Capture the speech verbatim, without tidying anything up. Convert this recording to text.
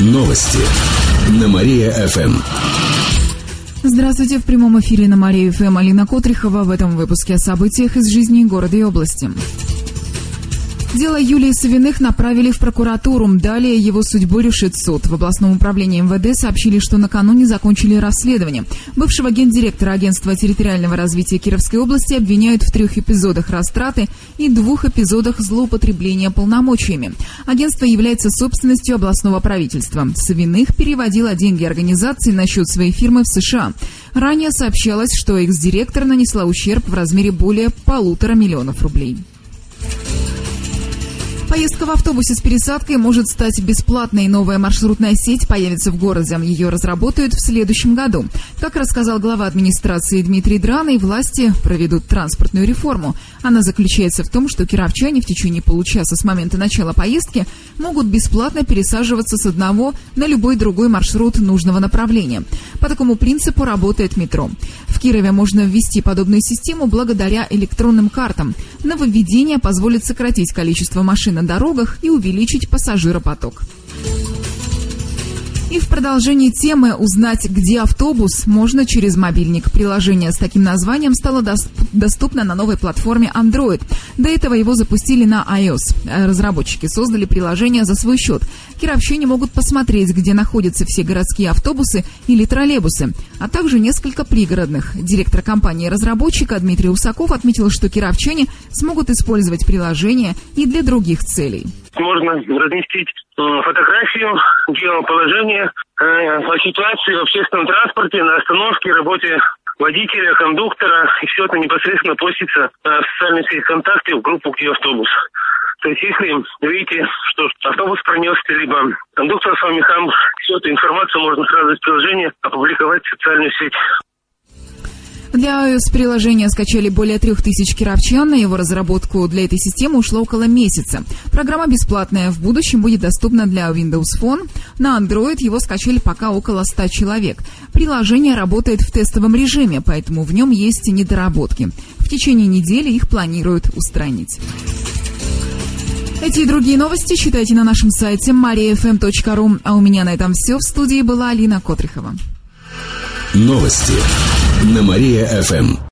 Новости на Мария-ФМ. Здравствуйте, в прямом эфире на Мария-ФМ Алина Котрихова. В этом выпуске о событиях из жизни города и области. Дело Юлии Савиных направили в прокуратуру. Далее его судьбу решит суд. В областном управлении эм вэ дэ сообщили, что накануне закончили расследование. Бывшего гендиректора агентства территориального развития Кировской области обвиняют в трех эпизодах растраты и двух эпизодах злоупотребления полномочиями. Агентство является собственностью областного правительства. Савиных переводила деньги организации на счет своей фирмы в США. Ранее сообщалось, что экс-директор нанесла ущерб в размере более полутора миллионов рублей. Поездка в автобусе с пересадкой может стать бесплатной. Новая маршрутная сеть появится в городе. Ее разработают в следующем году. Как рассказал глава администрации Дмитрий Драный, власти проведут транспортную реформу. Она заключается в том, что кировчане в течение получаса с момента начала поездки могут бесплатно пересаживаться с одного на любой другой маршрут нужного направления. По такому принципу работает метро. В Кирове можно ввести подобную систему благодаря электронным картам. Нововведение позволит сократить количество машин на дорогах и увеличить пассажиропоток. И в продолжении темы узнать, где автобус, можно через мобильник. Приложение с таким названием стало доступно на новой платформе Android. До этого его запустили на iOS. Разработчики создали приложение за свой счет. Кировчане могут посмотреть, где находятся все городские автобусы или троллейбусы, а также несколько пригородных. Директор компании-разработчика Дмитрий Усаков отметил, что кировчане смогут использовать приложение и для других целей. Можно разместить фотографию, геоположение, э, по ситуации в общественном транспорте, на остановке, работе водителя, кондуктора, и все это непосредственно постится э, в социальной сети ВКонтакте в группу «Где автобус». То есть, если видите, что автобус пронесся, либо кондуктор с вами хам, всю эту информацию можно сразу из приложения опубликовать в социальную сеть. Для iOS-приложения скачали более трех тысяч кировчан. На его разработку для этой системы ушло около месяца. Программа бесплатная. В будущем будет доступна для Windows Phone. На Android его скачали пока около ста человек. Приложение работает в тестовом режиме, поэтому в нем есть недоработки. В течение недели их планируют устранить. Эти и другие новости читайте на нашем сайте мария эф эм точка ру. А у меня на этом все. В студии была Алина Котрихова. Новости на Мария-ФМ.